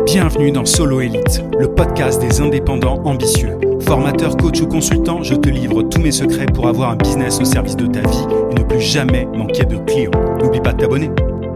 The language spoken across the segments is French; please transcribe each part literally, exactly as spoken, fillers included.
Bienvenue dans Solo Elite, le podcast des indépendants ambitieux. Formateur, coach ou consultant, je te livre tous mes secrets pour avoir un business au service de ta vie et ne plus jamais manquer de clients. N'oublie pas de t'abonner.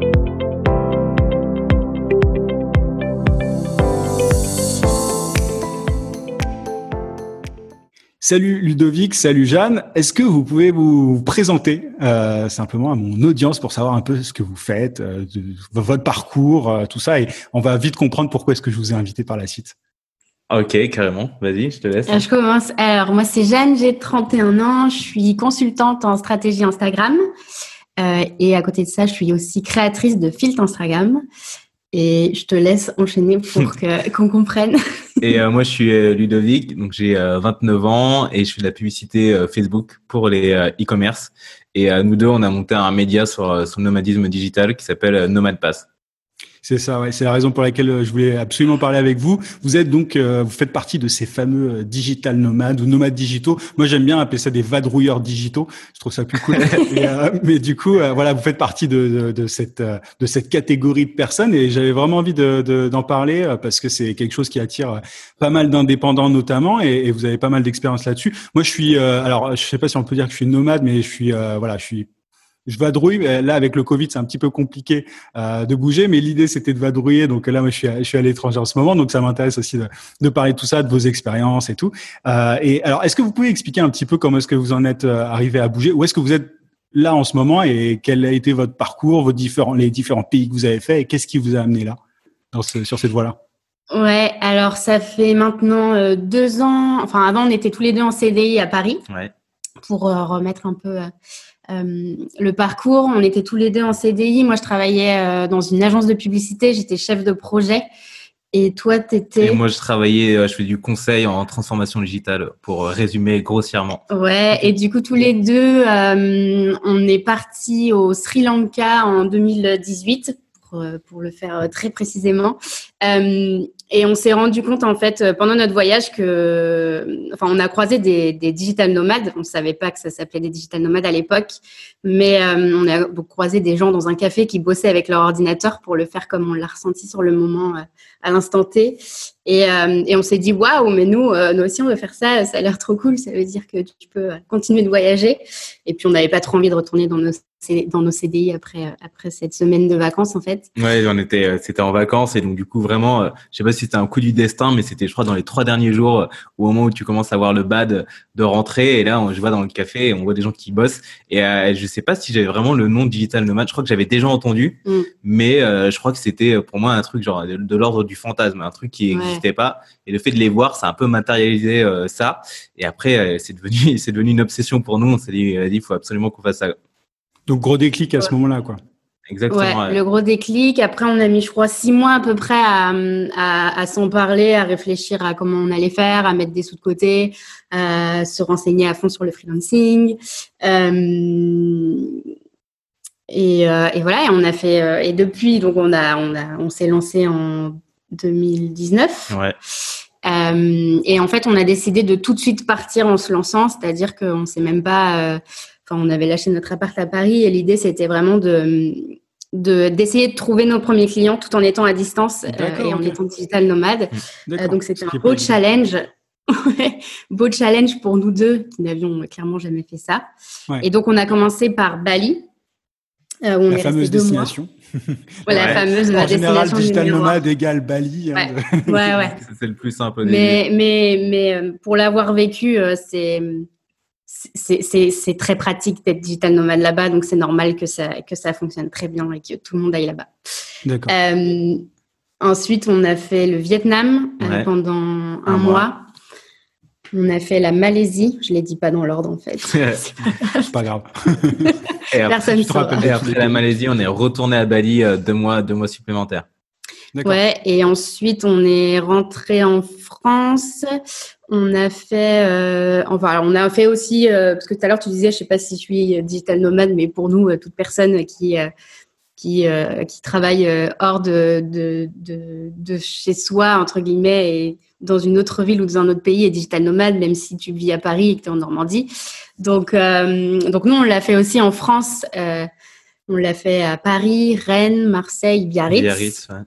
Salut Ludovic, salut Jeanne. Est-ce que vous pouvez vous présenter euh, simplement à mon audience pour savoir un peu ce que vous faites, euh, de, de votre parcours, euh, tout ça, et on va vite comprendre pourquoi est-ce que je vous ai invité par la suite. Ok, carrément. Vas-y, je te laisse. Euh, je commence. Alors, moi, c'est Jeanne, j'ai trente et un ans. Je suis consultante en stratégie Instagram. Euh, et à côté de ça, je suis aussi créatrice de filtres Instagram. Et je te laisse enchaîner pour que, qu'on comprenne. Et euh, moi, je suis euh, Ludovic, donc j'ai euh, vingt-neuf ans et je fais de la publicité euh, Facebook pour les euh, e-commerce. Et euh, nous deux, on a monté un média sur, euh, sur le nomadisme digital qui s'appelle euh, Nomad Pass. C'est ça, ouais. C'est la raison pour laquelle je voulais absolument parler avec vous. Vous êtes donc, euh, vous faites partie de ces fameux digital nomades ou nomades digitaux. Moi, j'aime bien appeler ça des vadrouilleurs digitaux. Je trouve ça plus cool. et, euh, mais du coup, euh, voilà, vous faites partie de, de, de cette euh, de cette catégorie de personnes et j'avais vraiment envie de, de, d'en parler euh, parce que c'est quelque chose qui attire pas mal d'indépendants notamment et, et vous avez pas mal d'expérience là-dessus. Moi, je suis, euh, alors, je sais pas si on peut dire que je suis nomade, mais je suis, euh, voilà, je suis Je vadrouille. Là, avec le Covid, c'est un petit peu compliqué euh, de bouger, mais l'idée, c'était de vadrouiller. Donc là, moi, je suis à, je suis à l'étranger en ce moment, donc ça m'intéresse aussi de, de parler de tout ça, de vos expériences et tout. Euh, et alors, est-ce que vous pouvez expliquer un petit peu comment est-ce que vous en êtes arrivé à bouger? Où est-ce que vous êtes là en ce moment et quel a été votre parcours, vos différents, les différents pays que vous avez fait et qu'est-ce qui vous a amené là, dans ce, sur cette voie-là? Ouais, alors ça fait maintenant euh, deux ans. Enfin, avant, on était tous les deux en C D I à Paris. Ouais. Pour euh, remettre un peu... Euh, Euh, le parcours, on était tous les deux en C D I. Moi, je travaillais euh, dans une agence de publicité. J'étais chef de projet. Et toi, t'étais... Et moi, je travaillais, je fais du conseil en transformation digitale pour résumer grossièrement. Ouais. Et du coup, tous les deux, euh, on est partis au Sri Lanka en deux mille dix-huit pour, pour le faire très précisément. Euh, Et on s'est rendu compte, en fait, pendant notre voyage que, enfin, on a croisé des, des digital nomades. On ne savait pas que ça s'appelait des digital nomades à l'époque, mais euh, on a croisé des gens dans un café qui bossaient avec leur ordinateur pour le faire comme on l'a ressenti sur le moment, euh, à l'instant T. Et, euh, et on s'est dit, waouh, mais nous, euh, nous aussi, on veut faire ça. Ça a l'air trop cool. Ça veut dire que tu peux continuer de voyager. Et puis, on n'avait pas trop envie de retourner dans nos dans nos C D I après après cette semaine de vacances, en fait. Ouais, on était c'était en vacances et donc du coup vraiment, euh, je sais pas si c'était un coup du destin, mais c'était je crois dans les trois derniers jours, euh, au moment où tu commences à voir le bad de rentrer et là on, je vois dans le café et on voit des gens qui bossent et euh, je sais pas si j'avais vraiment le nom digital nomade. Je crois que j'avais déjà entendu, mm. mais euh, je crois que c'était pour moi un truc genre de, de l'ordre du fantasme, un truc qui n'existait ouais. pas et le fait de les voir, ça a un peu matérialisé euh, ça et après euh, c'est devenu c'est devenu une obsession pour nous. On s'est dit il faut absolument qu'on fasse ça. Donc, gros déclic à ouais. ce moment-là, quoi. Exactement. Ouais, ouais. Le gros déclic. Après, on a mis, je crois, six mois à peu près à, à, à s'en parler, à réfléchir à comment on allait faire, à mettre des sous de côté, à se renseigner à fond sur le freelancing. Euh, et, euh, et voilà, et on a fait. Euh, et depuis, donc, on a, on a, on s'est lancé en deux mille dix-neuf. Ouais. Euh, et en fait, on a décidé de tout de suite partir en se lançant, c'est-à-dire qu'on s'est même pas. Euh, Enfin, on avait lâché notre appart à Paris et l'idée, c'était vraiment de, de, d'essayer de trouver nos premiers clients tout en étant à distance euh, et en okay. étant digital nomade. Euh, donc, c'était un beau challenge. beau challenge pour nous deux qui n'avions clairement jamais fait ça. Ouais. Et donc, on a commencé par Bali. Euh, où on la est fameuse destination. Voilà, ouais. la fameuse en destination. Général, digital nomade égale Bali. Ouais, hein, de... ouais, ouais. C'est le plus simple. Mais, mais, mais pour l'avoir vécu, c'est... C'est, c'est, c'est très pratique d'être digital nomade là-bas, donc c'est normal que ça, que ça fonctionne très bien et que tout le monde aille là-bas. D'accord. Euh, ensuite, on a fait le Vietnam ouais. euh, pendant un, un mois. mois. On a fait la Malaisie. Je ne les dis pas dans l'ordre, en fait. C'est pas grave. et après, Personne ne saura. Et après la Malaisie, on est retourné à Bali euh, deux mois, deux mois supplémentaires. D'accord. Ouais, et ensuite, on est rentré en France. On a fait, euh, enfin, alors on a fait aussi, euh, parce que tout à l'heure tu disais, je sais pas si je suis digital nomade, mais pour nous, toute personne qui euh, qui euh, qui travaille hors de, de de de chez soi entre guillemets et dans une autre ville ou dans un autre pays est digital nomade, même si tu vis à Paris et que tu es en Normandie. Donc euh, donc nous on l'a fait aussi en France. Euh, on l'a fait à Paris, Rennes, Marseille, Biarritz. Biarritz, ouais.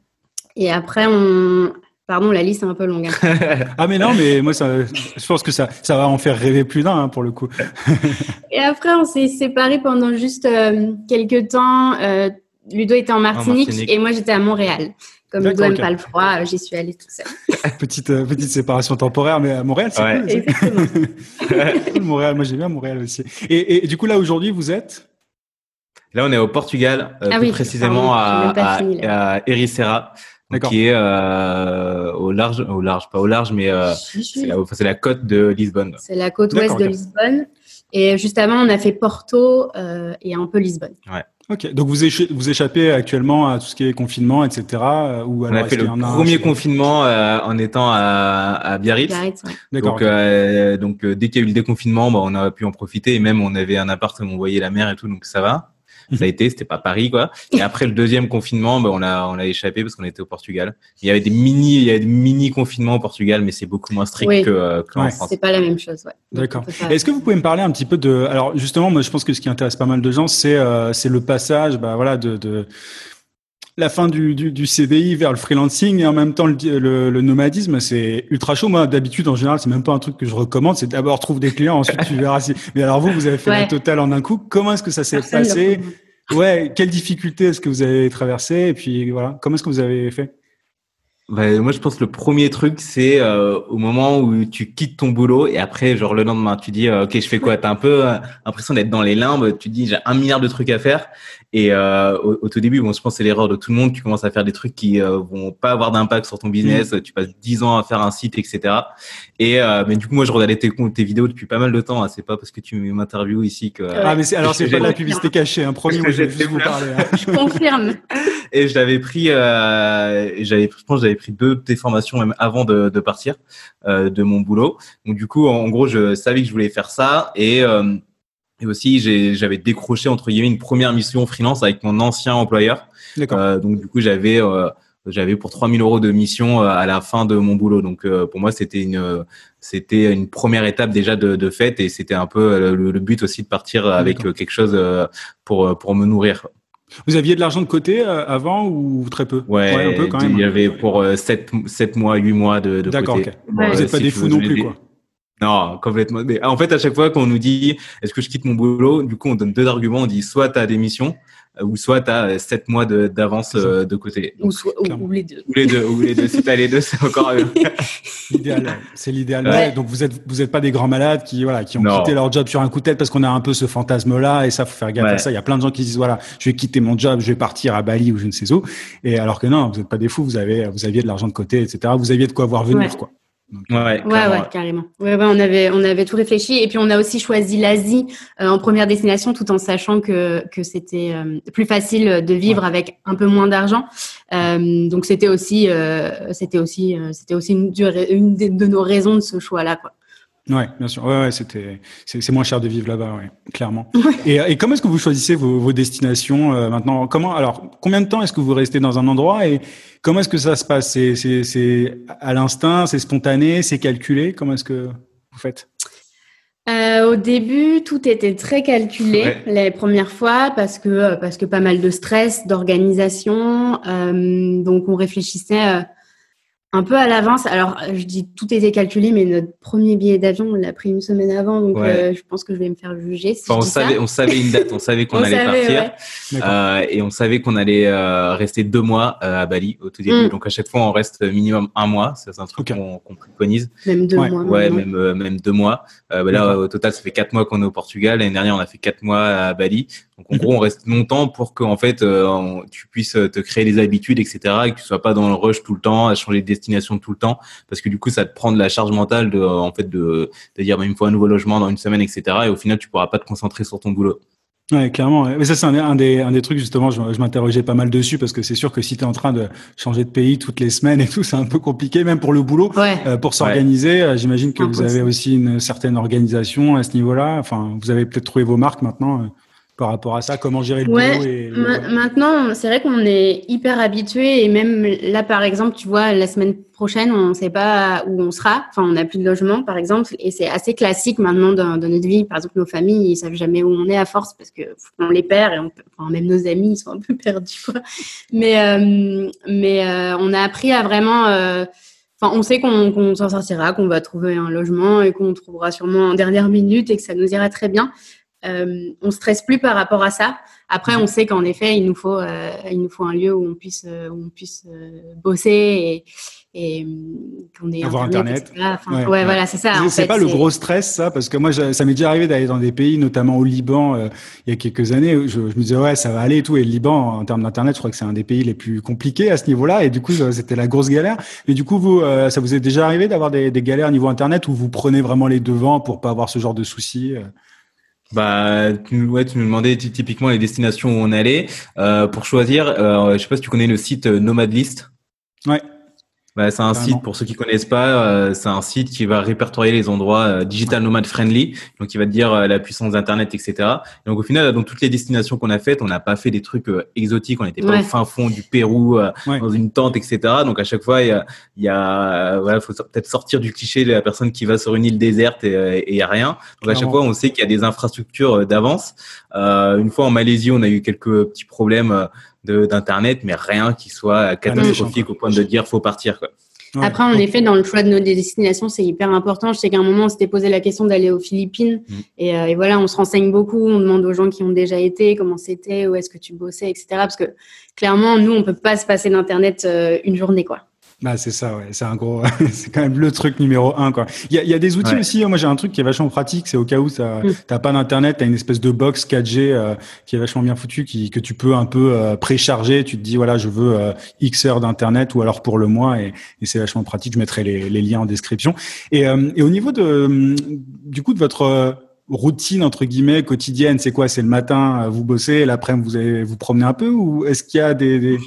Et après, on... Pardon, la liste est un peu longue. Hein. Ah mais non, mais moi, ça, je pense que ça, ça va en faire rêver plus d'un hein, pour le coup. Et après, on s'est séparés pendant juste euh, quelques temps. Euh, Ludo était en Martinique, en Martinique et moi, j'étais à Montréal. Comme Ludo n'aime okay. pas le froid, j'y suis allée tout seul. petite, euh, petite séparation temporaire, mais à Montréal, c'est ouais. cool. Exactement. Montréal, moi, j'ai bien Montréal aussi. Et, et du coup, là, aujourd'hui, vous êtes Là, on est au Portugal, euh, ah plus oui, précisément pardon, à, fini, à, à Ericeira. Qui est euh, au large, au large, pas au large, mais euh, c'est, la, c'est la côte de Lisbonne. C'est la côte ouest de Lisbonne. Et juste avant, on a fait Porto euh, et un peu Lisbonne. Ouais. Ok. Donc vous, écha- vous échappez actuellement à tout ce qui est confinement, et cetera. Ou alors on a fait le premier confinement euh, en étant à, à Biarritz. Biarritz ouais. D'accord. Donc, okay. euh, donc euh, dès qu'il y a eu le déconfinement, bah, on a pu en profiter. Et même on avait un appart où on voyait la mer et tout, donc ça va. Ça a été, c'était pas Paris, quoi. Et après le deuxième confinement, bah, on a, on a échappé parce qu'on était au Portugal. Il y avait des mini, il y a des mini confinements au Portugal, mais c'est beaucoup moins strict oui. que, euh, qu'en ouais, France. C'est pas la même chose, ouais. D'accord. Est-ce que vous pouvez me parler un petit peu de, alors justement, moi je pense que ce qui intéresse pas mal de gens, c'est, euh, c'est le passage, bah voilà, de, de la fin du, du, du C D I vers le freelancing et en même temps le, le, le nomadisme, c'est ultra chaud. Moi, d'habitude, en général, c'est même pas un truc que je recommande. C'est d'abord trouve des clients, ensuite tu verras si. Mais alors vous, vous avez fait ouais. la totale en un coup. Comment est-ce que ça s'est Personne passé? Ouais, quelles difficultés est-ce que vous avez traversées et puis voilà, comment est-ce que vous avez fait? Bah, moi, je pense que le premier truc, c'est euh, au moment où tu quittes ton boulot et après, genre le lendemain, tu dis euh, ok, je fais quoi? T'as un peu euh, l'impression d'être dans les limbes. Tu te dis j'ai un milliard de trucs à faire. Et euh, au, au tout début, bon, je pense que c'est l'erreur de tout le monde. Tu commences à faire des trucs qui euh, vont pas avoir d'impact sur ton business. Mmh. Tu passes dix ans à faire un site, et cetera. Et euh, mais du coup, moi, je regardais tes, tes vidéos depuis pas mal de temps. Hein. C'est pas parce que tu m'interviews ici que. Ah mais c'est, alors c'est pas de la publicité cachée. Hein. Promis, moi, je vais juste vous parler. Hein. Je confirme. Et je l'avais pris. Euh, j'avais, je pense, que j'avais pris deux de tes formations même avant de, de partir euh, de mon boulot. Donc du coup, en gros, je savais que je voulais faire ça et euh, Et aussi, j'ai, j'avais décroché entre guillemets une première mission freelance avec mon ancien employeur. D'accord. Euh, donc du coup, j'avais euh, j'avais pour trois mille euros de mission à la fin de mon boulot. Donc euh, pour moi, c'était une c'était une première étape déjà de, de fait et c'était un peu le, le but aussi de partir avec D'accord. quelque chose pour pour me nourrir. Vous aviez de l'argent de côté euh, avant ou très peu? Ouais, ouais un peu quand même. Il y avait pour sept sept mois, huit mois de, de D'accord, côté. Ok. Ouais, vous n'êtes pas si des fous non plus, des... quoi. Non, complètement. Mais en fait, à chaque fois qu'on nous dit est-ce que je quitte mon boulot, du coup, on donne deux arguments. On dit soit tu as des missions, ou soit tu as sept mois de, d'avance euh, de côté. Donc, ou, soit, ou, ou les deux. Ou les deux. Ou les deux. Si tu as les deux, c'est encore mieux. L'idéal, c'est l'idéal. Ouais. Ouais, donc vous êtes vous êtes pas des grands malades qui voilà qui ont non. quitté leur job sur un coup de tête parce qu'on a un peu ce fantasme-là et ça faut faire gaffe ouais. à ça. Il y a plein de gens qui disent voilà, je vais quitter mon job, je vais partir à Bali ou je ne sais où. Et alors que non, vous n'êtes pas des fous. Vous avez vous aviez de l'argent de côté, et cetera. Vous aviez de quoi voir venir, ouais. quoi. Donc, ouais, ouais, ouais, ouais, carrément. Ouais, ouais, on avait, on avait tout réfléchi et puis on a aussi choisi l'Asie euh, en première destination, tout en sachant que que c'était euh, plus facile de vivre ouais. avec un peu moins d'argent. Euh, donc c'était aussi, euh, c'était aussi, euh, c'était aussi une, une de nos raisons de ce choix-là, quoi. Ouais, bien sûr. Ouais, ouais, c'était, c'est, c'est moins cher de vivre là-bas, ouais, clairement. et, et comment est-ce que vous choisissez vos, vos destinations euh, maintenant? Comment, alors, combien de temps est-ce que vous restez dans un endroit et comment est-ce que ça se passe? C'est, c'est, c'est à l'instinct, c'est spontané, c'est calculé? Comment est-ce que vous faites? Euh, au début, tout était très calculé ouais. les premières fois parce que parce que pas mal de stress, d'organisation. Euh, donc, on réfléchissait. Euh, Un peu à l'avance. Alors, je dis tout était calculé, mais notre premier billet d'avion, on l'a pris une semaine avant, donc ouais. euh, je pense que je vais me faire juger. Si enfin, je on dis savait, ça. on savait une date, on savait qu'on on allait savait, partir, ouais. euh, et on savait qu'on allait euh, rester deux mois euh, à Bali au tout début. Mm. Donc à chaque fois, on reste minimum un mois. Ça, c'est un truc okay. qu'on, qu'on préconise. Même deux ouais. mois. Ouais, même euh, même deux mois. Euh, bah, là, au total, ça fait quatre mois qu'on est au Portugal. L'année dernière, on a fait quatre mois à Bali. Donc en gros, on reste longtemps pour que en fait, euh, on, tu puisses te créer des habitudes, et cetera, et que tu sois pas dans le rush tout le temps, à changer de destination tout le temps, parce que du coup, ça te prend de la charge mentale de, en fait, de, de dire, bah, il me faut un nouveau logement dans une semaine, et cetera. Et au final, tu pourras pas te concentrer sur ton boulot. Ouais, clairement. Ouais. Mais ça, c'est un, un des, un des trucs, justement, je, je m'interrogeais pas mal dessus parce que c'est sûr que si tu es en train de changer de pays toutes les semaines et tout, c'est un peu compliqué, même pour le boulot. Ouais. Euh, pour s'organiser, ouais. j'imagine que Impossible. Vous avez aussi une certaine organisation à ce niveau-là. Enfin, vous avez peut-être trouvé vos marques maintenant. par rapport à ça? Comment gérer le Ouais, boulot et le... ma- maintenant, c'est vrai qu'on est hyper habitué et même là, par exemple, tu vois, la semaine prochaine, on ne sait pas où on sera. Enfin, on n'a plus de logement, par exemple, et c'est assez classique maintenant dans, dans notre vie. Par exemple, nos familles, ils savent jamais où on est à force parce que on les perd et on peut, enfin, même nos amis, ils sont un peu perdus, quoi. Mais, euh, mais euh, on a appris à vraiment. Euh, Enfin, on sait qu'on, qu'on s'en sortira, qu'on va trouver un logement et qu'on trouvera sûrement en dernière minute et que ça nous ira très bien. Euh, on stresse plus par rapport à ça. Après, on sait qu'en effet, il nous faut, euh, il nous faut un lieu où on puisse, euh, où on puisse euh, bosser et, et qu'on ait avoir Internet. Internet. Enfin, Ouais, ouais, ouais. voilà, c'est ça. C'est, En c'est fait, pas le c'est... gros stress, ça, parce que moi, je- ça m'est déjà arrivé d'aller dans des pays, notamment au Liban, euh, il y a quelques années, où je, je me disais, ouais, ça va aller et tout. Et le Liban, en termes d'Internet, je crois que c'est un des pays les plus compliqués à ce niveau-là. Et du coup, euh, c'était la grosse galère. Mais du coup, vous, euh, ça vous est déjà arrivé d'avoir des, des galères niveau Internet où vous prenez vraiment les devants pour pas avoir ce genre de soucis? euh Bah, tu, nous- ouais, tu nous demandais ty- typiquement les destinations où on allait. Euh, pour choisir, euh, je sais pas si tu connais le site euh, Nomadlist. Ouais, Bah, c'est un site, carrément. pour ceux qui connaissent pas, euh, c'est un site qui va répertorier les endroits euh, digital nomad friendly, donc il va te dire euh, la puissance d'internet, et cetera. Donc au final, dans toutes les destinations qu'on a faites, on n'a pas fait des trucs euh, exotiques, on n'était pas Ouais. au fin fond du Pérou, euh, Ouais. dans une tente, et cetera. Donc à chaque fois, il y a, il y a, euh, voilà, faut so- peut-être sortir du cliché de la personne qui va sur une île déserte et euh, et il y a rien. Donc à chaque Clairement. fois, on sait qu'il y a des infrastructures euh, d'avance. Euh, une fois en Malaisie, on a eu quelques petits problèmes euh, de, d'internet, mais rien qui soit catastrophique quoi. au point de dire faut partir, quoi. Ouais. Après, en effet, dans le choix de nos destinations, c'est hyper important. Je sais qu'à un moment, on s'était posé la question d'aller aux Philippines. Mm. Et, euh, et voilà, on se renseigne beaucoup. On demande aux gens qui ont déjà été, comment c'était, où est-ce que tu bossais, et cetera. Parce que clairement, nous, on peut pas se passer d'Internet euh, une journée, quoi. Bah, c'est ça, ouais. C'est un gros, c'est quand même le truc numéro un, quoi. Il y a, il y a des outils Ouais. aussi. Moi, j'ai un truc qui est vachement pratique. C'est au cas où ça, Mm. t'as pas d'internet, t'as une espèce de box quatre G euh, qui est vachement bien foutue, qui que tu peux un peu euh, précharger. Tu te dis voilà, je veux euh, X heures d'internet ou alors pour le mois et, et c'est vachement pratique. Je mettrai les, les liens en description. Et, euh, et au niveau de, du coup, de votre euh, routine entre guillemets quotidienne, c'est quoi? C'est le matin, euh, vous bossez, et l'après-midi vous allez vous promener un peu, ou est-ce qu'il y a des, des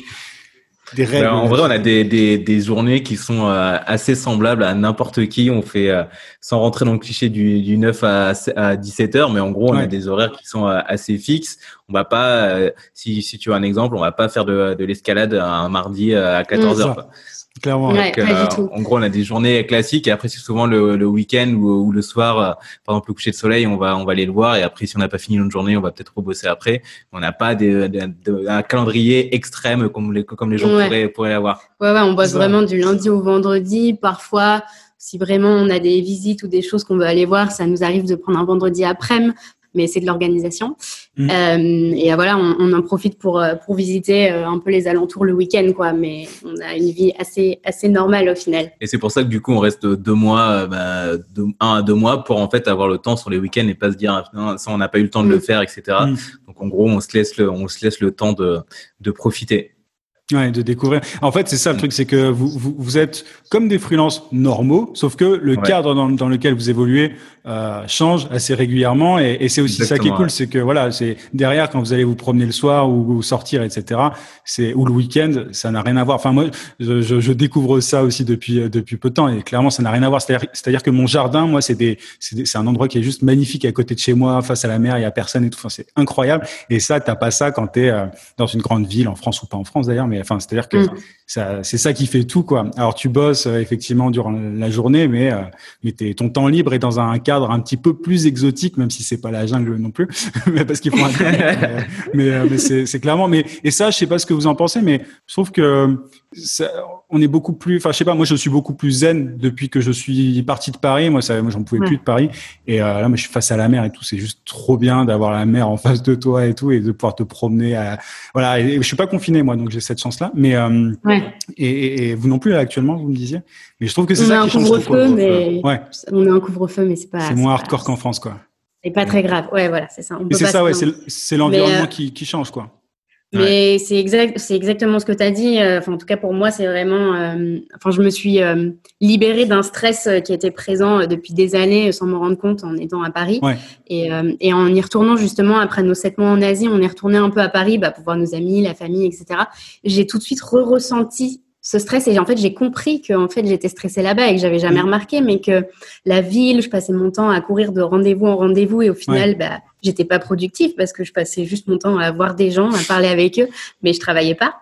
des règles? Ben, en vrai, on a des, des, des journées qui sont euh, assez semblables à n'importe qui. On fait, euh, sans rentrer dans le cliché du, du neuf à, à dix-sept heures, mais en gros, on Ouais. a des horaires qui sont euh, assez fixes. On va pas, euh, si, si tu as un exemple, on va pas faire de, de l'escalade un mardi euh, à quatorze heures. Ça. Quoi. Clairement. Ouais. Donc, pas euh, du tout. en gros, on a des journées classiques et après, c'est souvent le, le week-end ou, ou le soir, euh, par exemple, le coucher de soleil, on va, on va aller le voir et après, si on n'a pas fini notre journée, on va peut-être rebosser après. On n'a pas des, des, de- un calendrier extrême comme les, comme les gens Ouais. pourraient, pourraient l'avoir. Ouais, ouais, on bosse Ça. vraiment du lundi au vendredi. Parfois, si vraiment on a des visites ou des choses qu'on veut aller voir, ça nous arrive de prendre un vendredi après-midi, mais c'est de l'organisation. Mm. Euh, et euh, voilà, on, on en profite pour, euh, pour visiter euh, un peu les alentours le week-end, quoi. Mais on a une vie assez, assez normale au final. Et c'est pour ça que du coup, on reste deux mois, euh, bah, deux, un à deux mois pour en fait avoir le temps sur les week-ends et pas se dire, ah, non, ça, on n'a pas eu le temps de Mm. le faire, et cetera. Mm. Donc, en gros, on se laisse le, on se laisse le temps de, de profiter. Ouais, de découvrir. En fait, c'est ça le truc, c'est que vous, vous, vous êtes comme des freelances normaux, sauf que le Ouais. cadre dans, dans lequel vous évoluez euh, change assez régulièrement, et, et c'est aussi Exactement, ça qui est cool, ouais. c'est que voilà, c'est derrière quand vous allez vous promener le soir ou, ou sortir, et cetera. C'est ou le week-end, ça n'a rien à voir. Enfin moi, je, je, je découvre ça aussi depuis depuis peu de temps, et clairement, ça n'a rien à voir. C'est-à-dire, c'est-à-dire que mon jardin, moi, c'est des, c'est des, c'est un endroit qui est juste magnifique à côté de chez moi, face à la mer, il y a personne et tout. Enfin, c'est incroyable. Et ça, t'as pas ça quand t'es euh, dans une grande ville, en France ou pas en France d'ailleurs, mais enfin, c'est-à-dire que Mm. ça, c'est ça qui fait tout, quoi. Alors tu bosses euh, effectivement durant la journée, mais euh, mais t'es, ton temps libre est dans un cadre un petit peu plus exotique, même si c'est pas la jungle non plus, mais parce qu'il faut un mais, mais, euh, mais c'est, c'est clairement. Mais et ça, je sais pas ce que vous en pensez, mais je trouve que ça, on est beaucoup plus. Enfin, je sais pas. Moi, je suis beaucoup plus zen depuis que je suis parti de Paris. Moi, ça, moi, j'en pouvais Ouais. plus de Paris. Et euh, là, moi, je suis face à la mer et tout. C'est juste trop bien d'avoir la mer en face de toi et tout, et de pouvoir te promener. À, voilà. Et, et je suis pas confiné moi, donc j'ai cette chance-là. Mais euh, Ouais. et, et, et vous non plus là, actuellement, vous me disiez. Mais je trouve que c'est On ça a un qui change trop, quoi. couvre-feu, mais Ouais, on a un couvre-feu, mais c'est pas. c'est moins pas- hardcore qu'en France, quoi. C'est pas très grave. Ouais, voilà, c'est ça. On Et peut c'est pas ça, se ouais, plaindre. c'est, c'est l'environnement Mais, euh, qui, qui change, quoi. Mais c'est exact, c'est exactement ce que tu as dit. Euh, Enfin, en tout cas, pour moi, c'est vraiment. Euh, enfin, je me suis euh, libérée d'un stress euh, qui était présent euh, depuis des années, euh, sans me rendre compte, en étant à Paris. Ouais. Et, euh, et en y retournant justement après nos sept mois en Asie, on est retourné un peu à Paris, bah, pour voir nos amis, la famille, et cetera. J'ai tout de suite re-ressenti ce stress. Et en fait, j'ai compris que en fait, j'étais stressée là-bas et que j'avais jamais remarqué, mais que la ville, je passais mon temps à courir de rendez-vous en rendez-vous et au final, ouais. bah, j'étais pas productive parce que je passais juste mon temps à voir des gens, à parler avec eux, mais je travaillais pas.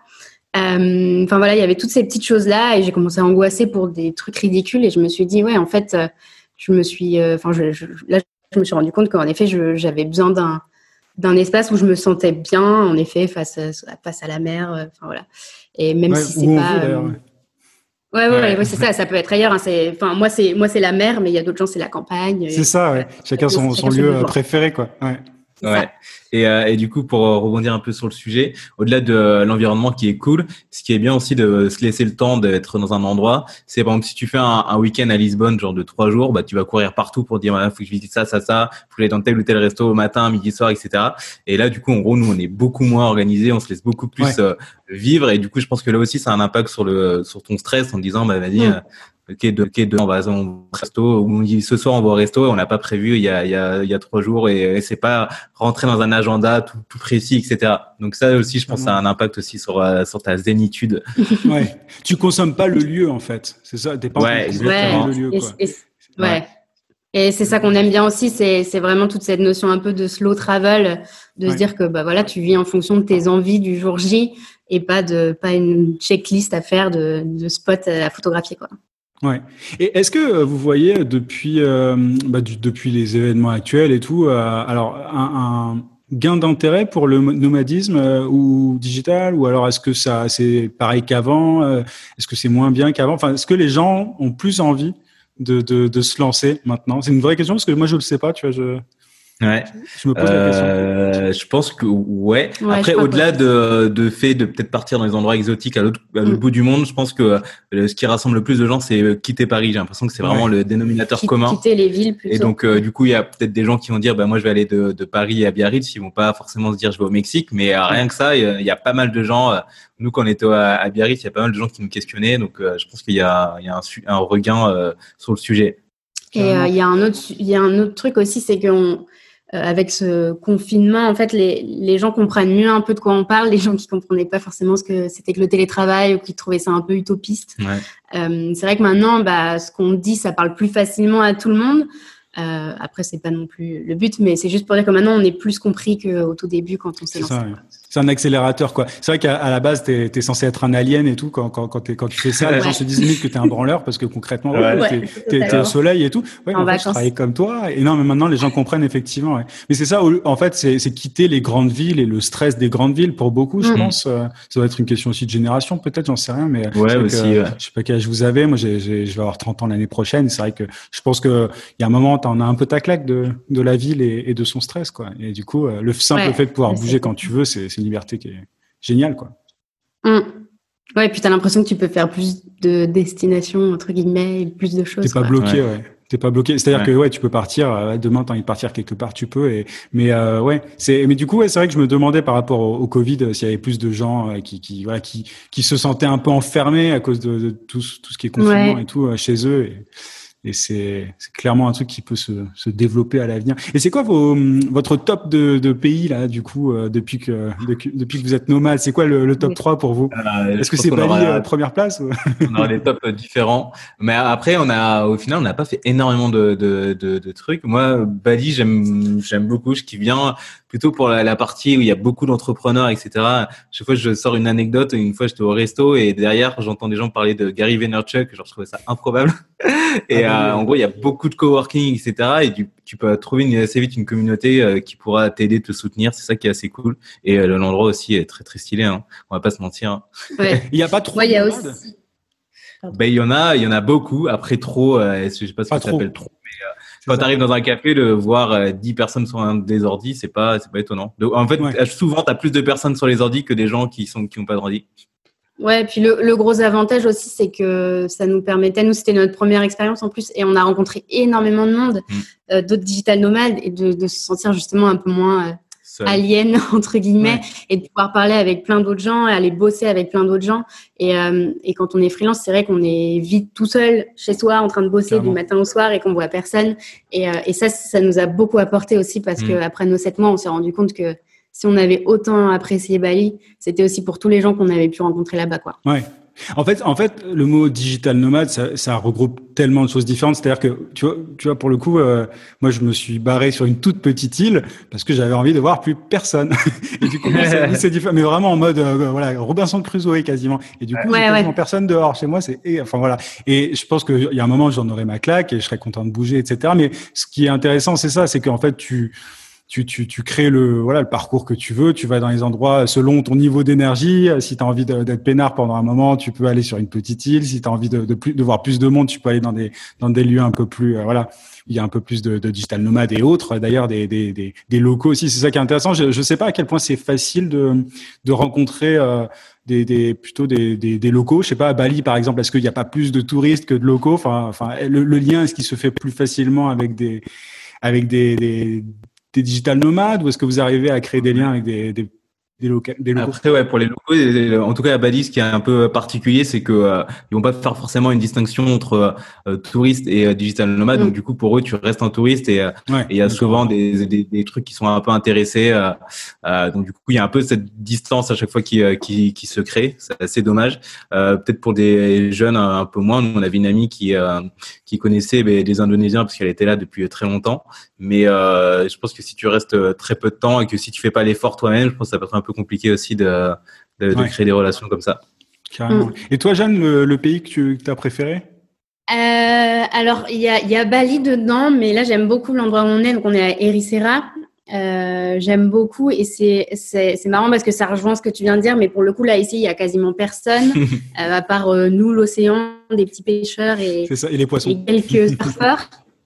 Euh, enfin voilà, il y avait toutes ces petites choses-là et j'ai commencé à angoisser pour des trucs ridicules et je me suis dit, ouais, en fait, euh, je me suis, enfin, euh, je, je, là, je me suis rendu compte qu'en effet, je, j'avais besoin d'un, d'un espace où je me sentais bien, en effet, face à, face à la mer, enfin euh, voilà. Et même ouais, si c'est pas. Veut, euh... ouais, ouais, ouais, ouais, ouais, c'est ça. Ça peut être ailleurs. Hein, c'est, enfin, moi, c'est, moi, c'est la mer, mais il y a d'autres gens, c'est la campagne. C'est ça, ouais. Chacun son, son lieu besoin. préféré, quoi. Ouais. Ouais. Et, euh, et du coup, pour rebondir un peu sur le sujet, au-delà de l'environnement qui est cool, ce qui est bien aussi de se laisser le temps d'être dans un endroit, c'est par exemple si tu fais un, un week-end à Lisbonne, genre de trois jours, bah tu vas courir partout pour dire, il faut que je visite ça, ça, ça, faut que j'aille dans tel ou tel resto au matin, midi, soir, et cetera. Et là, du coup, en gros, nous, on est beaucoup moins organisés, on se laisse beaucoup plus ouais. euh, vivre. Et du coup, je pense que là aussi, ça a un impact sur le sur ton stress en te disant, bah vas-y. Mmh. Ok, de, ok, de, on va au resto, ou on dit ce soir on va au resto, et on n'a pas prévu il y a il y a il y a trois jours et, et c'est pas rentrer dans un agenda tout, tout précis, et cetera. Donc ça aussi, je pense, que ça a un impact aussi sur sur ta zénitude. Ouais, tu consommes pas le lieu en fait, c'est ça, t'es pas ouais, exactement le lieu quoi. Et, et, ouais. ouais. Et c'est ça qu'on aime bien aussi, c'est c'est vraiment toute cette notion un peu de slow travel, de ouais. se dire que bah voilà, tu vis en fonction de tes envies du jour J et pas de pas une checklist à faire de de spots à photographier quoi. Ouais. Et est-ce que vous voyez depuis euh, bah, du, depuis les événements actuels et tout, euh, alors un, un gain d'intérêt pour le nomadisme euh, ou digital, ou alors est-ce que ça c'est pareil qu'avant, euh, est-ce que c'est moins bien qu'avant, enfin est-ce que les gens ont plus envie de de, de se lancer maintenant? C'est une vraie question parce que moi je le sais pas, tu vois, je. Ouais. Je me pose euh, la question. Je pense que ouais. ouais Après, au-delà de de fait de peut-être partir dans les endroits exotiques à l'autre à l'autre mm. bout du monde, je pense que euh, ce qui rassemble le plus de gens, c'est quitter Paris. J'ai l'impression que c'est vraiment ouais. le dénominateur Quitte, commun. Quitter les villes plutôt. Et donc euh, du coup, il y a peut-être des gens qui vont dire, bah moi je vais aller de de Paris à Biarritz. Ils vont pas forcément se dire je vais au Mexique, mais euh, rien que ça, il y, y a pas mal de gens. Euh, nous, quand on était à, à Biarritz, il y a pas mal de gens qui nous questionnaient. Donc euh, je pense qu'il y a il y a un, un regain euh, sur le sujet. Et il euh, y a un autre il y a un autre truc aussi, c'est qu'on Euh, avec ce confinement, en fait, les, les gens comprennent mieux un peu de quoi on parle. Les gens qui comprenaient pas forcément ce que c'était que le télétravail ou qui trouvaient ça un peu utopiste. Ouais. Euh, c'est vrai que maintenant, bah, ce qu'on dit, ça parle plus facilement à tout le monde. Euh, après, c'est pas non plus le but, mais c'est juste pour dire que maintenant, on est plus compris qu'au tout début quand on s'est lancé. Ça, ouais. C'est un accélérateur, quoi. C'est vrai qu'à à la base, t'es, t'es censé être un alien et tout. Quand, quand, quand, t'es, quand tu fais ça, les ouais. gens se disent limite que t'es un branleur parce que concrètement, ouais, ouais, t'es, t'es, t'es au soleil et tout. Ouais, en, en fait, je travaille comme toi. Et non, mais maintenant, les gens comprennent effectivement. Ouais. Mais c'est ça, en fait, c'est, c'est quitter les grandes villes et le stress des grandes villes pour beaucoup, je mmh. pense. Euh, ça doit être une question aussi de génération, peut-être, j'en sais rien. Mais ouais, aussi, que, ouais. je sais pas quel âge vous avez. Moi, j'ai, j'ai, je vais avoir trente ans l'année prochaine. C'est vrai que je pense que il y a un moment, t'en as un peu ta claque de, de la ville et, et de son stress, quoi. Et du coup, le simple ouais, fait de pouvoir bouger quand tu veux, c'est, c'est une liberté qui est génial, quoi. Mmh. Ouais, et puis t'as l'impression que tu peux faire plus de destinations, entre guillemets, et plus de choses. T'es pas quoi. bloqué, ouais. ouais. T'es pas bloqué. C'est-à-dire ouais. que ouais, tu peux partir. Euh, demain, t'as envie de partir quelque part, tu peux. Et mais euh, ouais, c'est. Mais du coup, ouais, c'est vrai que je me demandais par rapport au, au Covid euh, s'il y avait plus de gens euh, qui, qui, voilà, qui, qui se sentaient un peu enfermés à cause de, de tout, tout ce qui est confinement ouais. et tout euh, chez eux. Et, Et c'est, c'est clairement un truc qui peut se, se développer à l'avenir. Et c'est quoi vos, votre top de, de pays là, du coup, euh, depuis que depuis, depuis que vous êtes nomade? C'est quoi le, le top trois pour vous? euh, Est-ce que c'est Bali aura, euh, première place ou... On aura des tops différents. Mais après, on a au final, on n'a pas fait énormément de, de, de, de trucs. Moi, Bali, j'aime j'aime beaucoup. Je kiffe bien plutôt pour la, la partie où il y a beaucoup d'entrepreneurs, et cetera. Chaque fois, je sors une anecdote. Une fois, j'étais au resto et derrière, j'entends des gens parler de Gary Vaynerchuk. Genre, je trouvais ça improbable. Et ah, euh, en gros, il y a beaucoup de coworking, et cetera. Et du, tu peux trouver une, assez vite une communauté euh, qui pourra t'aider, te soutenir. C'est ça qui est assez cool. Et euh, l'endroit aussi est très très stylé. Hein. On va pas se mentir. Hein. Ouais. Il y a pas trop. Ouais, il y a aussi. Ben il y en a, il y en a beaucoup. Après trop, euh, je sais pas ce que ça s'appelle trop. Mais euh, quand tu arrives dans un café, de voir euh, dix personnes sur un des ordis, c'est pas c'est pas étonnant. Donc, en fait, ouais. souvent, t'as plus de personnes sur les ordis que des gens qui sont qui ont pas d'ordi. Ouais, puis le, le gros avantage aussi, c'est que ça nous permettait, nous, c'était notre première expérience en plus, et on a rencontré énormément de monde, mmh. euh, d'autres digital nomades, et de, de se sentir justement un peu moins euh, alien, entre guillemets, ouais. et de pouvoir parler avec plein d'autres gens, et aller bosser avec plein d'autres gens. Et, euh, et quand on est freelance, c'est vrai qu'on est vite tout seul chez soi, en train de bosser Clairement. Du matin au soir, et qu'on voit personne. Et, euh, et ça, ça nous a beaucoup apporté aussi, parce mmh. qu'après nos sept mois, on s'est rendu compte que si on avait autant apprécié Bali, c'était aussi pour tous les gens qu'on avait pu rencontrer là-bas, quoi. Ouais. En fait, en fait, le mot digital nomade, ça, ça regroupe tellement de choses différentes. C'est-à-dire que, tu vois, tu vois, pour le coup, euh, moi, je me suis barré sur une toute petite île parce que j'avais envie de voir plus personne. Et du coup, c'est, c'est différent, mais vraiment en mode, euh, voilà, Robinson Crusoe quasiment. Et du coup, ouais, j'ai quasiment ouais. personne dehors chez moi. C'est, et, enfin voilà. Et je pense qu'il y a un moment, j'en aurai ma claque et je serais content de bouger, et cetera. Mais ce qui est intéressant, c'est ça, c'est qu'en fait, tu Tu, tu, tu crées le, voilà, le parcours que tu veux. Tu vas dans les endroits selon ton niveau d'énergie. Si tu as envie de, d'être peinard pendant un moment, tu peux aller sur une petite île. Si tu as envie de, de, plus, de voir plus de monde, tu peux aller dans des, dans des lieux un peu plus, euh, voilà, il y a un peu plus de, de digital nomades et autres. D'ailleurs, des, des, des, des locaux aussi. C'est ça qui est intéressant. Je ne sais pas à quel point c'est facile de, de rencontrer euh, des, des, plutôt des, des, des locaux. Je sais pas, à Bali, par exemple, est-ce qu'il n'y a pas plus de touristes que de locaux? Enfin, enfin, le, le lien, est-ce qu'il se fait plus facilement avec des, avec des, des des digital nomades ou est-ce que vous arrivez à créer des liens avec des, des, des, loca- des locaux? Après, ouais, pour les locaux, en tout cas à Bali, ce qui est un peu particulier, c'est que euh, ils vont pas faire forcément une distinction entre euh, touristes et euh, digital nomade. Mm. Donc du coup, pour eux, tu restes un touriste et euh, Ouais, et il y a souvent des, des des trucs qui sont un peu intéressés. Euh, euh, donc du coup, il y a un peu cette distance à chaque fois qui euh, qui qui se crée. C'est assez dommage. Euh, peut-être pour des jeunes un, un peu moins. Nous, on avait une amie qui euh, qui connaissait ben, des Indonésiens parce qu'elle était là depuis très longtemps. Mais euh, je pense que si tu restes très peu de temps et que si tu fais pas l'effort toi-même, je pense que ça peut être un peu compliqué aussi de, de, de ouais. créer des relations comme ça. Carrément. Mm. Et toi, Jeanne, le, le pays que tu as préféré? Euh, alors, il y a, il y a Bali dedans, mais là, j'aime beaucoup l'endroit où on est. Donc, on est à Ericeira. Euh, j'aime beaucoup et c'est, c'est, c'est marrant parce que ça rejoint ce que tu viens de dire, mais pour le coup, là, ici, il y a quasiment personne, euh, à part euh, nous, l'océan, des petits pêcheurs et, C'est ça, et les poissons. et quelques surfeurs.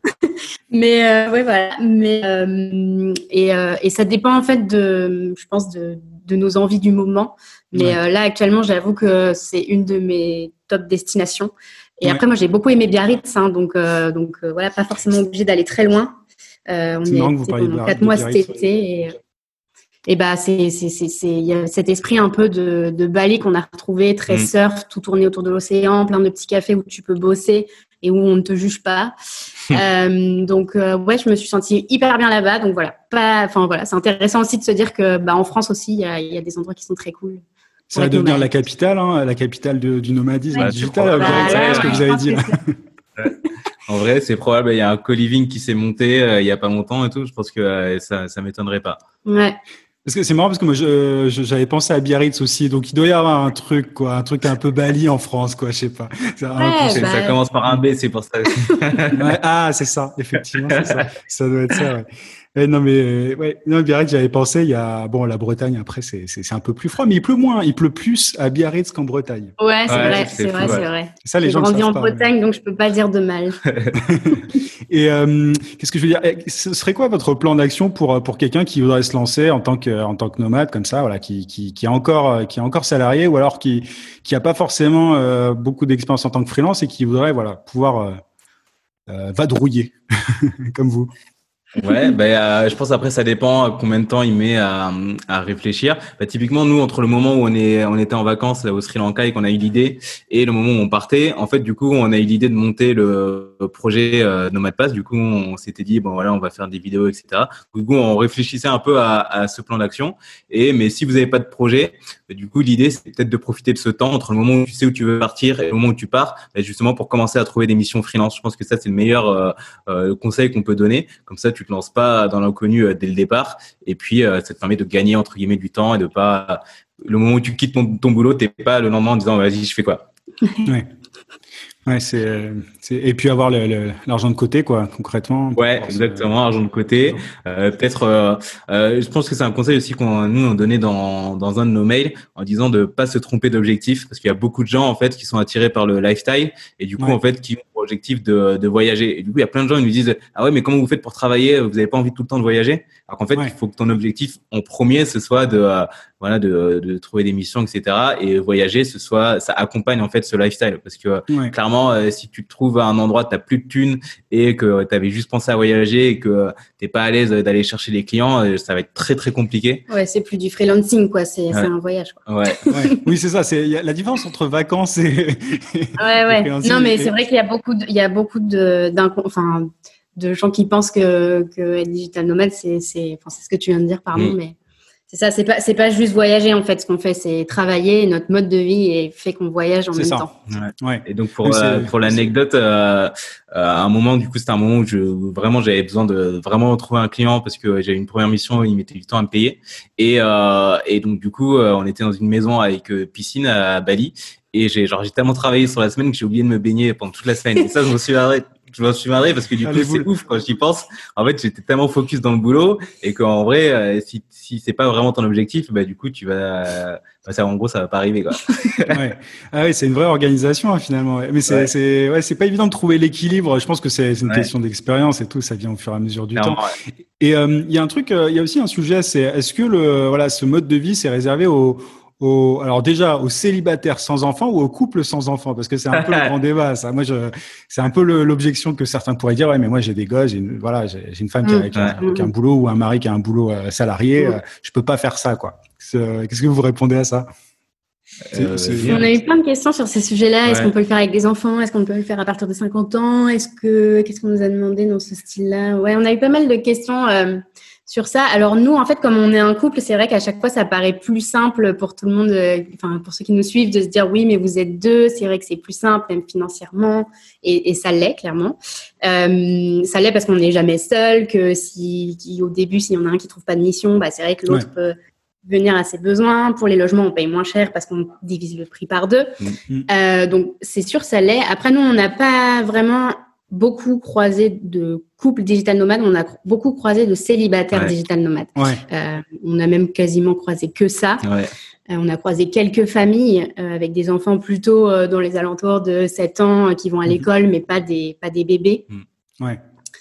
Mais euh, ouais, voilà. Mais euh, et, euh, et ça dépend en fait de, je pense, de, de nos envies du moment. Mais Ouais. euh, là, actuellement, j'avoue que c'est une de mes top destinations. Et Ouais. après, moi, j'ai beaucoup aimé Biarritz, hein, donc euh, donc euh, voilà, pas forcément obligé d'aller très loin. Euh, on C'est y marrant a que vous été parliez pendant de quatre de mois Biarritz. cet été. Et, et bah, c'est c'est c'est c'est il y a cet esprit un peu de de Bali qu'on a retrouvé, très Mm. surf, tout tourné autour de l'océan, plein de petits cafés où tu peux bosser et où on ne te juge pas. euh, donc euh, ouais, je me suis sentie hyper bien là-bas. Donc voilà, pas, enfin voilà, c'est intéressant aussi de se dire que bah en France aussi, il y a il y a des endroits qui sont très cool. Ça va devenir la capitale, hein, la capitale de, du nomadisme Ouais. digital. Ouais, Biarritz, Bah, c'est là, ce que ouais, vous je avez pense dit. que Là. c'est- En vrai, c'est probable. Il y a un co-living qui s'est monté euh, il y a pas longtemps et tout. Je pense que euh, ça, ça m'étonnerait pas. Ouais. Parce que c'est marrant parce que moi, je, je- j'avais pensé à Biarritz aussi, donc il doit y avoir un truc, quoi, un truc un peu Bali en France, quoi, je sais pas. C'est un peu Ouais, ça. C'est- Ça bah, commence par un B, c'est pour ça aussi. Ouais, ah, c'est ça, effectivement, c'est ça. Ça doit être ça, ouais. Eh, non, mais, euh, ouais, non, Biarritz, j'avais pensé, il y a, bon, la Bretagne, après, c'est, c'est, c'est un peu plus froid, mais il pleut moins, il pleut plus à Biarritz qu'en Bretagne. ouais, c'est Ouais, vrai, c'est c'est fou, vrai, ouais. c'est vrai. Ça, les J'ai gens ne grandi savent en pas. mais- Bretagne, donc je peux pas dire de mal. Et euh, qu'est-ce que je veux dire? Eh, Ce serait quoi votre plan d'action pour pour quelqu'un qui voudrait se lancer en tant que en tant que nomade comme ça, voilà, qui qui qui est encore qui est encore salarié ou alors qui qui a pas forcément euh, beaucoup d'expérience en tant que freelance et qui voudrait voilà pouvoir euh, euh, vadrouiller comme vous. Ouais, ben euh, je pense après ça dépend combien de temps il met à, à réfléchir. Bah, typiquement nous entre le moment où on est on était en vacances là, au Sri Lanka et qu'on a eu l'idée et le moment où on partait, en fait du coup on a eu l'idée de monter le projet euh, Nomad Pass. Du coup on s'était dit bon voilà on va faire des vidéos et cetera. Du coup on réfléchissait un peu à, à ce plan d'action. Et mais si vous n'avez pas de projet, bah, du coup l'idée c'est peut-être de profiter de ce temps entre le moment où tu sais où tu veux partir et le moment où tu pars, bah, justement pour commencer à trouver des missions freelance. Je pense que ça c'est le meilleur euh, euh, conseil qu'on peut donner. Comme ça tu te lances pas dans l'inconnu euh, dès le départ et puis euh, ça te permet de gagner entre guillemets du temps et de pas le moment où tu quittes ton, ton boulot t'es pas le lendemain en disant vas-y je fais quoi. Ouais. Ouais, c'est, c'est et puis avoir le, le, l'argent de côté quoi, concrètement. pour Ouais, pouvoir se- exactement, argent de côté. Euh, peut-être, euh, euh, je pense que c'est un conseil aussi qu'on nous on donnait dans dans un de nos mails en disant de pas se tromper d'objectif parce qu'il y a beaucoup de gens en fait qui sont attirés par le lifestyle et du coup Ouais. en fait qui ont pour objectif de de voyager. Et du coup il y a plein de gens qui nous disent ah ouais mais comment vous faites pour travailler, vous avez pas envie tout le temps de voyager? Alors qu'en fait Ouais. il faut que ton objectif en premier ce soit de euh, voilà de de trouver des missions et cetera et voyager ce soit ça accompagne en fait ce lifestyle parce que Ouais. clairement euh, si tu te trouves à un endroit t'as plus de thunes et que tu avais juste pensé à voyager et que t'es pas à l'aise d'aller chercher les clients, ça va être très très compliqué. Ouais, c'est plus du freelancing, quoi. C'est, Ouais. c'est un voyage, quoi. Ouais. Ouais. Oui, c'est ça. C'est il y a la différence entre vacances et. Ouais, ouais. freelancing Non, mais et- c'est vrai qu'il y a beaucoup de, il y a beaucoup de, d'incon- enfin, de gens qui pensent que, que être digital nomade, c'est, c'est, enfin, c'est ce que tu viens de dire, pardon, Mm. mais C'est ça, c'est pas, c'est pas juste voyager en fait. Ce qu'on fait, c'est travailler. Notre mode de vie et fait qu'on voyage en c'est même ça. temps. Ouais. Ouais. Et donc pour euh, pour l'anecdote, euh, euh, à un moment, du coup, c'était un moment où je vraiment j'avais besoin de vraiment trouver un client parce que j'avais une première mission, il mettait du temps à me payer. Et euh, et donc du coup, euh, on était dans une maison avec euh, piscine à Bali. Et j'ai genre j'ai tellement travaillé sur la semaine que j'ai oublié de me baigner pendant toute la semaine. Et ça, je me suis arrêté. Je me souviendrai parce que du Allez, coup, c'est ouf quand j'y pense. En fait, j'étais tellement focus dans le boulot et qu'en vrai, euh, si, si c'est pas vraiment ton objectif, bah, du coup, tu vas, euh, bah, ça, en gros, ça va pas arriver, quoi. Ouais. Ah oui, c'est une vraie organisation, hein, finalement. Ouais. Mais c'est, Ouais. c'est, ouais, c'est pas évident de trouver l'équilibre. Je pense que c'est, c'est une Ouais. question d'expérience et tout. Ça vient au fur et à mesure du Clairement, temps. ouais. Et, euh, il y a un truc, euh, il y a aussi un sujet, c'est, est-ce que le, voilà, ce mode de vie, c'est réservé aux, aux, alors déjà, aux célibataires sans enfants ou aux couples sans enfants? Parce que c'est un peu le grand débat, ça. Moi, je, c'est un peu le, l'objection que certains pourraient dire, ouais, mais moi, j'ai des gosses, j'ai une, voilà, j'ai, j'ai une femme qui a, qui, a, Ouais. qui a un boulot ou un mari qui a un boulot euh, salarié. Mm. Euh, je peux pas faire ça, quoi. C'est- Qu'est-ce que vous répondez à ça? C'est- Euh, c'est- bien. On a eu plein de questions sur ces sujets-là. Est-ce Ouais. qu'on peut le faire avec des enfants? Est-ce qu'on peut le faire à partir de cinquante ans? Est-ce que, qu'est-ce qu'on nous a demandé dans ce style-là? Ouais, on a eu pas mal de questions euh, sur ça. Alors nous, en fait, comme on est un couple, c'est vrai qu'à chaque fois, ça paraît plus simple pour tout le monde, euh, enfin pour ceux qui nous suivent, de se dire oui, mais vous êtes deux. C'est vrai que c'est plus simple, même financièrement, et, et ça l'est clairement. Euh, ça l'est parce qu'on n'est jamais seul. Que si, qui, au début, s'il y en a un qui trouve pas de mission, bah c'est vrai que l'autre Ouais. peut venir à ses besoins. Pour les logements, on paye moins cher parce qu'on divise le prix par deux. Mm. Euh, donc, c'est sûr, ça l'est. Après, nous, on n'a pas vraiment beaucoup croisé de couples digital nomades. On a cro- beaucoup croisé de célibataires Ouais. digital nomades. Ouais. Euh, on a même quasiment croisé que ça. Ouais. Euh, on a croisé quelques familles euh, avec des enfants plutôt euh, dans les alentours de sept ans euh, qui vont à Mhm. l'école, mais pas des, pas des bébés. Ouais.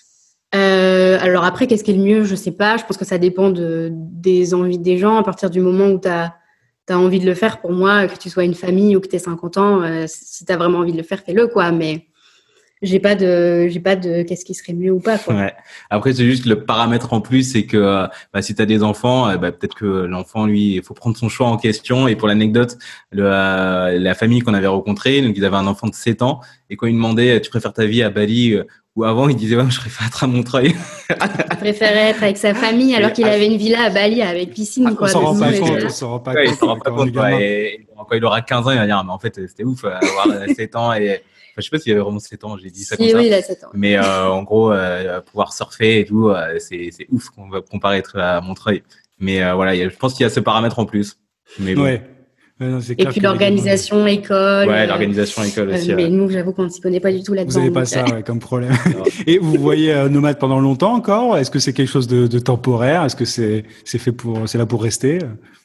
Euh, alors après, qu'est-ce qui est le mieux? Je sais pas. Je pense que ça dépend de, des envies des gens. À partir du moment où tu as envie de le faire, pour moi, que tu sois une famille ou que tu aies cinquante ans, euh, si tu as vraiment envie de le faire, fais-le, quoi. Mais j'ai pas de, j'ai pas de qu'est-ce qui serait mieux ou pas, quoi. Ouais. Après, c'est juste le paramètre en plus, c'est que euh, bah, si tu as des enfants, euh, bah, peut-être que l'enfant, lui, il faut prendre son choix en question. Et pour l'anecdote, le, euh, la famille qu'on avait rencontrée, donc ils avaient un enfant de sept ans, et quand ils demandaient, tu préfères ta vie à Bali euh, ou avant, il disait ouais, je préfère être à Montreuil. Il préférait être avec sa famille alors qu'il avait une villa à Bali avec piscine, On quoi. s'en Donc, rend nous, pas on était compte, là. on s'en rend pas Ouais, il compte. s'en rend pas quand on est compte. gamin. Ouais, et quand il aura quinze ans, il va dire mais en fait c'était ouf, euh, avoir sept ans et enfin, je sais pas s'il avait vraiment sept ans, j'ai dit ça comme Si, ça. oui, il a sept ans. Mais euh, en gros, euh, pouvoir surfer et tout, euh, c'est c'est ouf qu'on va comparer être à Montreuil. Mais euh, voilà, il y a, je pense qu'il y a ce paramètre en plus. Mais bon. Ouais. Ouais, non, c'est Et clair puis que les l'organisation, école. Ouais, euh, l'organisation école euh, aussi. mais ouais. nous, j'avoue qu'on ne s'y connaît pas du tout gamins, là-dedans. vous avez pas donc, ça euh, ouais, comme problème. Non. Et vous voyez euh, nomade pendant longtemps encore? Est-ce que c'est quelque chose de, de temporaire? Est-ce que c'est c'est fait pour c'est là pour rester?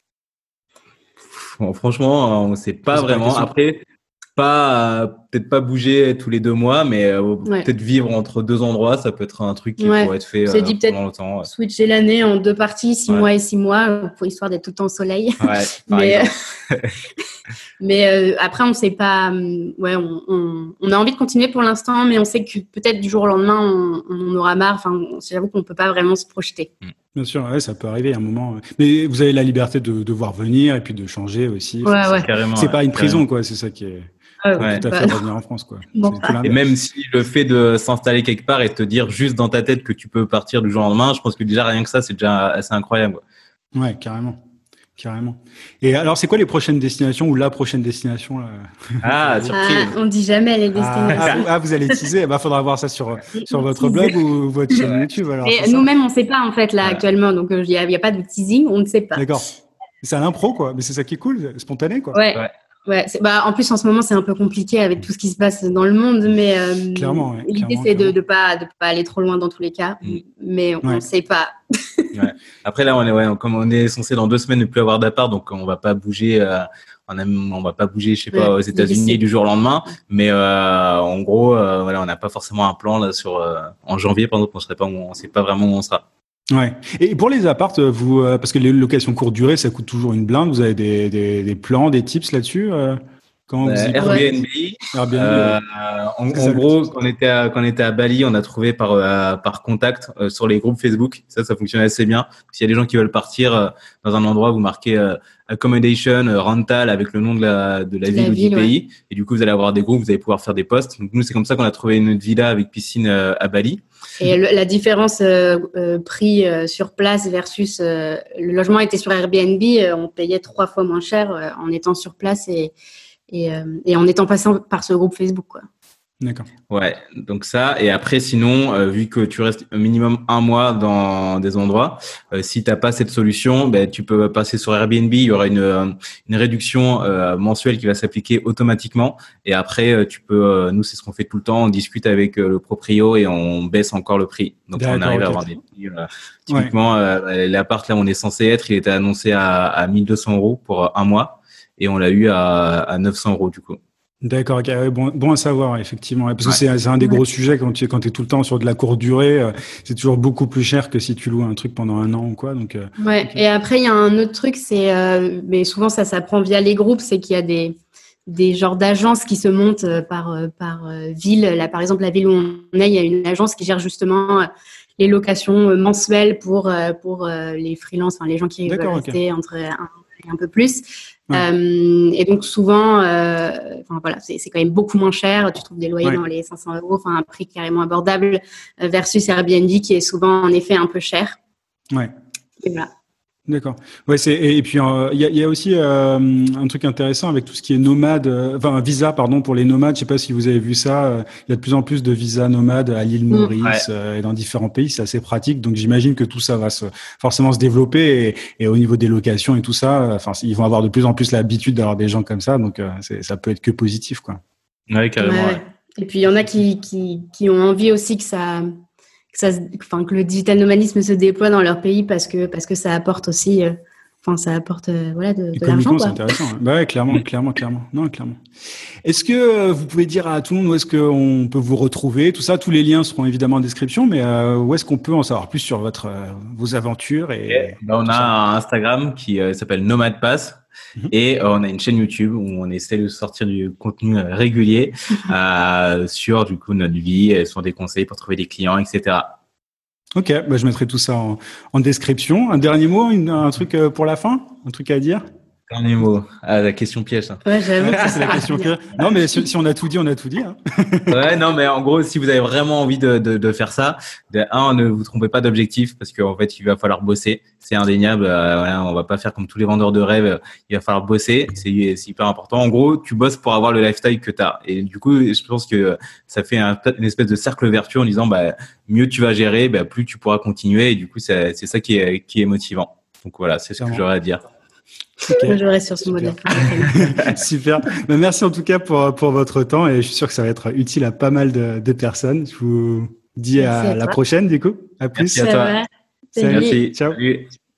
Bon, franchement, on sait pas C'est pas la vraiment. question. Après, pas euh, peut-être pas bouger tous les deux mois, mais euh, Ouais. peut-être vivre entre deux endroits, ça peut être un truc qui Ouais. pourrait être fait On s'est euh, dit peut-être pendant longtemps. Ouais, switcher l'année en deux parties, six Ouais. mois et six mois, pour histoire d'être tout le temps au soleil. ouais par Mais, exemple. mais euh, après, on sait pas. hum, Ouais, on, on, on a envie de continuer pour l'instant, mais on sait que peut-être du jour au lendemain, on, on en aura marre. Enfin, j'avoue qu'on peut pas vraiment se projeter. Bien sûr, ouais, ça peut arriver à un moment. ouais. Mais vous avez la liberté de, de voir venir et puis de changer aussi. Ouais, Enfin, ouais. c'est- Carrément. C'est ouais, pas une prison, carrément. quoi. C'est ça qui est. Ah, Faut Ouais. tout à bah, fait non. revenir en France, quoi. Bon, C'est tout Et l'inverse. même si le fait de s'installer quelque part et de te dire juste dans ta tête que tu peux partir du jour au lendemain, je pense que déjà rien que ça, c'est déjà assez incroyable. quoi. Ouais, carrément. Carrément. Et alors, c'est quoi les prochaines destinations ou la prochaine destination là Ah, surprise. Ah, on dit jamais les ah, destinations. ah, vous, ah, vous allez teaser. Bah, faudra voir ça sur sur votre blog ou votre chaîne YouTube. Alors, Mais c'est ça nous-mêmes, on ne sait pas en fait là Ouais. actuellement, donc il n'y a, y a pas de teasing, on ne sait pas. D'accord. C'est à l'impro, quoi. Mais c'est ça qui est cool, spontané, quoi. Ouais. Ouais. Ouais, c'est, bah, en plus, en ce moment, c'est un peu compliqué avec tout ce qui se passe dans le monde, mais euh, Clairement, ouais, l'idée, clairement, c'est de clairement. ne pas, de pas aller trop loin dans tous les cas, Mm. mais on ne Ouais. sait pas. Ouais. Après là, on est, ouais, comme on est censé dans deux semaines ne plus avoir d'appart, donc on va pas bouger. Euh, on, a, on va pas bouger, je sais pas, Ouais, aux États-Unis difficile. du jour au lendemain. Mais euh, en gros, euh, voilà, on n'a pas forcément un plan là sur euh, en janvier, par exemple, on serait pas, on sait pas vraiment où on sera. Ouais. Et pour les apparts, vous, euh, parce que les locations courte durée, ça coûte toujours une blinde. Vous avez des des, des plans, des tips là-dessus euh Quand vous y Airbnb. Airbnb euh, en, en gros, quand on était à, quand on était à Bali, on a trouvé par euh, par contact euh, sur les groupes Facebook. Ça, ça fonctionnait assez bien. S'il y a des gens qui veulent partir euh, dans un endroit, vous marquez euh, accommodation, euh, rental avec le nom de la de la De ville la ou ville, du ouais. pays. Et du coup, vous allez avoir des groupes, vous allez pouvoir faire des posts. Donc nous, c'est comme ça qu'on a trouvé une villa avec piscine euh, à Bali. Et le, la différence euh, euh, prix euh, sur place versus euh, le logement était sur Airbnb, euh, on payait trois fois moins cher euh, en étant sur place et et, euh, et en étant passé par ce groupe Facebook, quoi. D'accord. Ouais, donc ça. Et après, sinon, euh, vu que tu restes un minimum un mois dans des endroits, euh, si t'as pas cette solution, ben tu peux passer sur Airbnb. Il y aura une euh, une réduction euh, mensuelle qui va s'appliquer automatiquement. Et après, euh, tu peux, euh, nous, c'est ce qu'on fait tout le temps. On discute avec euh, le proprio et on baisse encore le prix. Donc on arrive okay. à avoir des prix. Euh, typiquement, ouais. euh, l'appart là où on est censé être, il était annoncé à, à mille deux cents euros pour un mois et on l'a eu à, à neuf cents euros du coup. D'accord, ok, ouais, bon, bon à savoir, effectivement, parce que ouais. c'est, c'est un des ouais. gros sujets quand tu quand es tout le temps sur de la courte durée, euh, c'est toujours beaucoup plus cher que si tu loues un truc pendant un an ou quoi. Donc, euh, ouais. Okay. Et après, il y a un autre truc, c'est, euh, mais souvent ça s'apprend via les groupes, c'est qu'il y a des des genres d'agences qui se montent par par ville. Là, par exemple, la ville où on est, il y a une agence qui gère justement les locations mensuelles pour pour les freelances, enfin les gens qui veulent rester okay. entre un et un peu plus. Ouais. Euh, et donc souvent, euh, enfin voilà, c'est, c'est quand même beaucoup moins cher. Tu trouves des loyers ouais. dans les cinq cents euros, enfin un prix carrément abordable versus Airbnb qui est souvent en effet un peu cher. Ouais. Et voilà. D'accord. Ouais, c'est et, et puis il euh, y, a, y a aussi euh, un truc intéressant avec tout ce qui est nomade, euh, enfin un visa pardon pour les nomades. Je sais pas si vous avez vu ça. Il euh, y a de plus en plus de visas nomades à l'île Maurice ouais. euh, et dans différents pays. C'est assez pratique. Donc j'imagine que tout ça va se, forcément se développer et, et au niveau des locations et tout ça, enfin ils vont avoir de plus en plus l'habitude d'avoir des gens comme ça. Donc euh, c'est, ça peut être que positif quoi. Ouais, carrément. Ouais. Ouais. Et puis il y en a qui qui qui ont envie aussi que ça. Que, ça, enfin, que le digital nomadisme se déploie dans leur pays parce que parce que ça apporte aussi, euh, enfin ça apporte euh, voilà de, de l'argent. C'est intéressant. Hein. Bah ouais, clairement, clairement, clairement. Non, clairement. Est-ce que euh, vous pouvez dire à tout le monde où est-ce qu'on peut vous retrouver? Tout ça, tous les liens seront évidemment en description, mais euh, où est-ce qu'on peut en savoir plus sur votre euh, vos aventures et, et bah, on a ça. Un Instagram qui euh, s'appelle Nomad Pass. Mmh. Et euh, on a une chaîne YouTube où on essaie de sortir du contenu euh, régulier euh, sur du coup notre vie, euh, sur des conseils pour trouver des clients, et cetera. Ok, bah je mettrai tout ça en, en description. Un dernier mot, une, un truc pour la fin, un truc à dire? Dernier mot. Ah, la question piège. Ça. Ouais, j'avoue. C'est la question piège. Non, mais si, si on a tout dit, on a tout dit. Hein. Ouais, non, mais en gros, si vous avez vraiment envie de, de, de faire ça, de, un, ne vous trompez pas d'objectif parce qu'en fait, il va falloir bosser. C'est indéniable. Euh, voilà, on va pas faire comme tous les vendeurs de rêves. Il va falloir bosser. C'est, c'est hyper important. En gros, tu bosses pour avoir le lifestyle que tu as. Et du coup, je pense que ça fait un, une espèce de cercle vertueux en disant, bah, mieux tu vas gérer, bah, plus tu pourras continuer. Et du coup, c'est, c'est ça qui est, qui est motivant. Donc voilà, c'est ce que j'aurais à dire. Okay. Moi, je reste sur ce modèle. Super. Ben, merci en tout cas pour, pour votre temps et je suis sûr que ça va être utile à pas mal de, de personnes. Je vous dis merci à, à la prochaine du coup. À plus. Merci à toi. Salut. Salut. Ciao. Salut.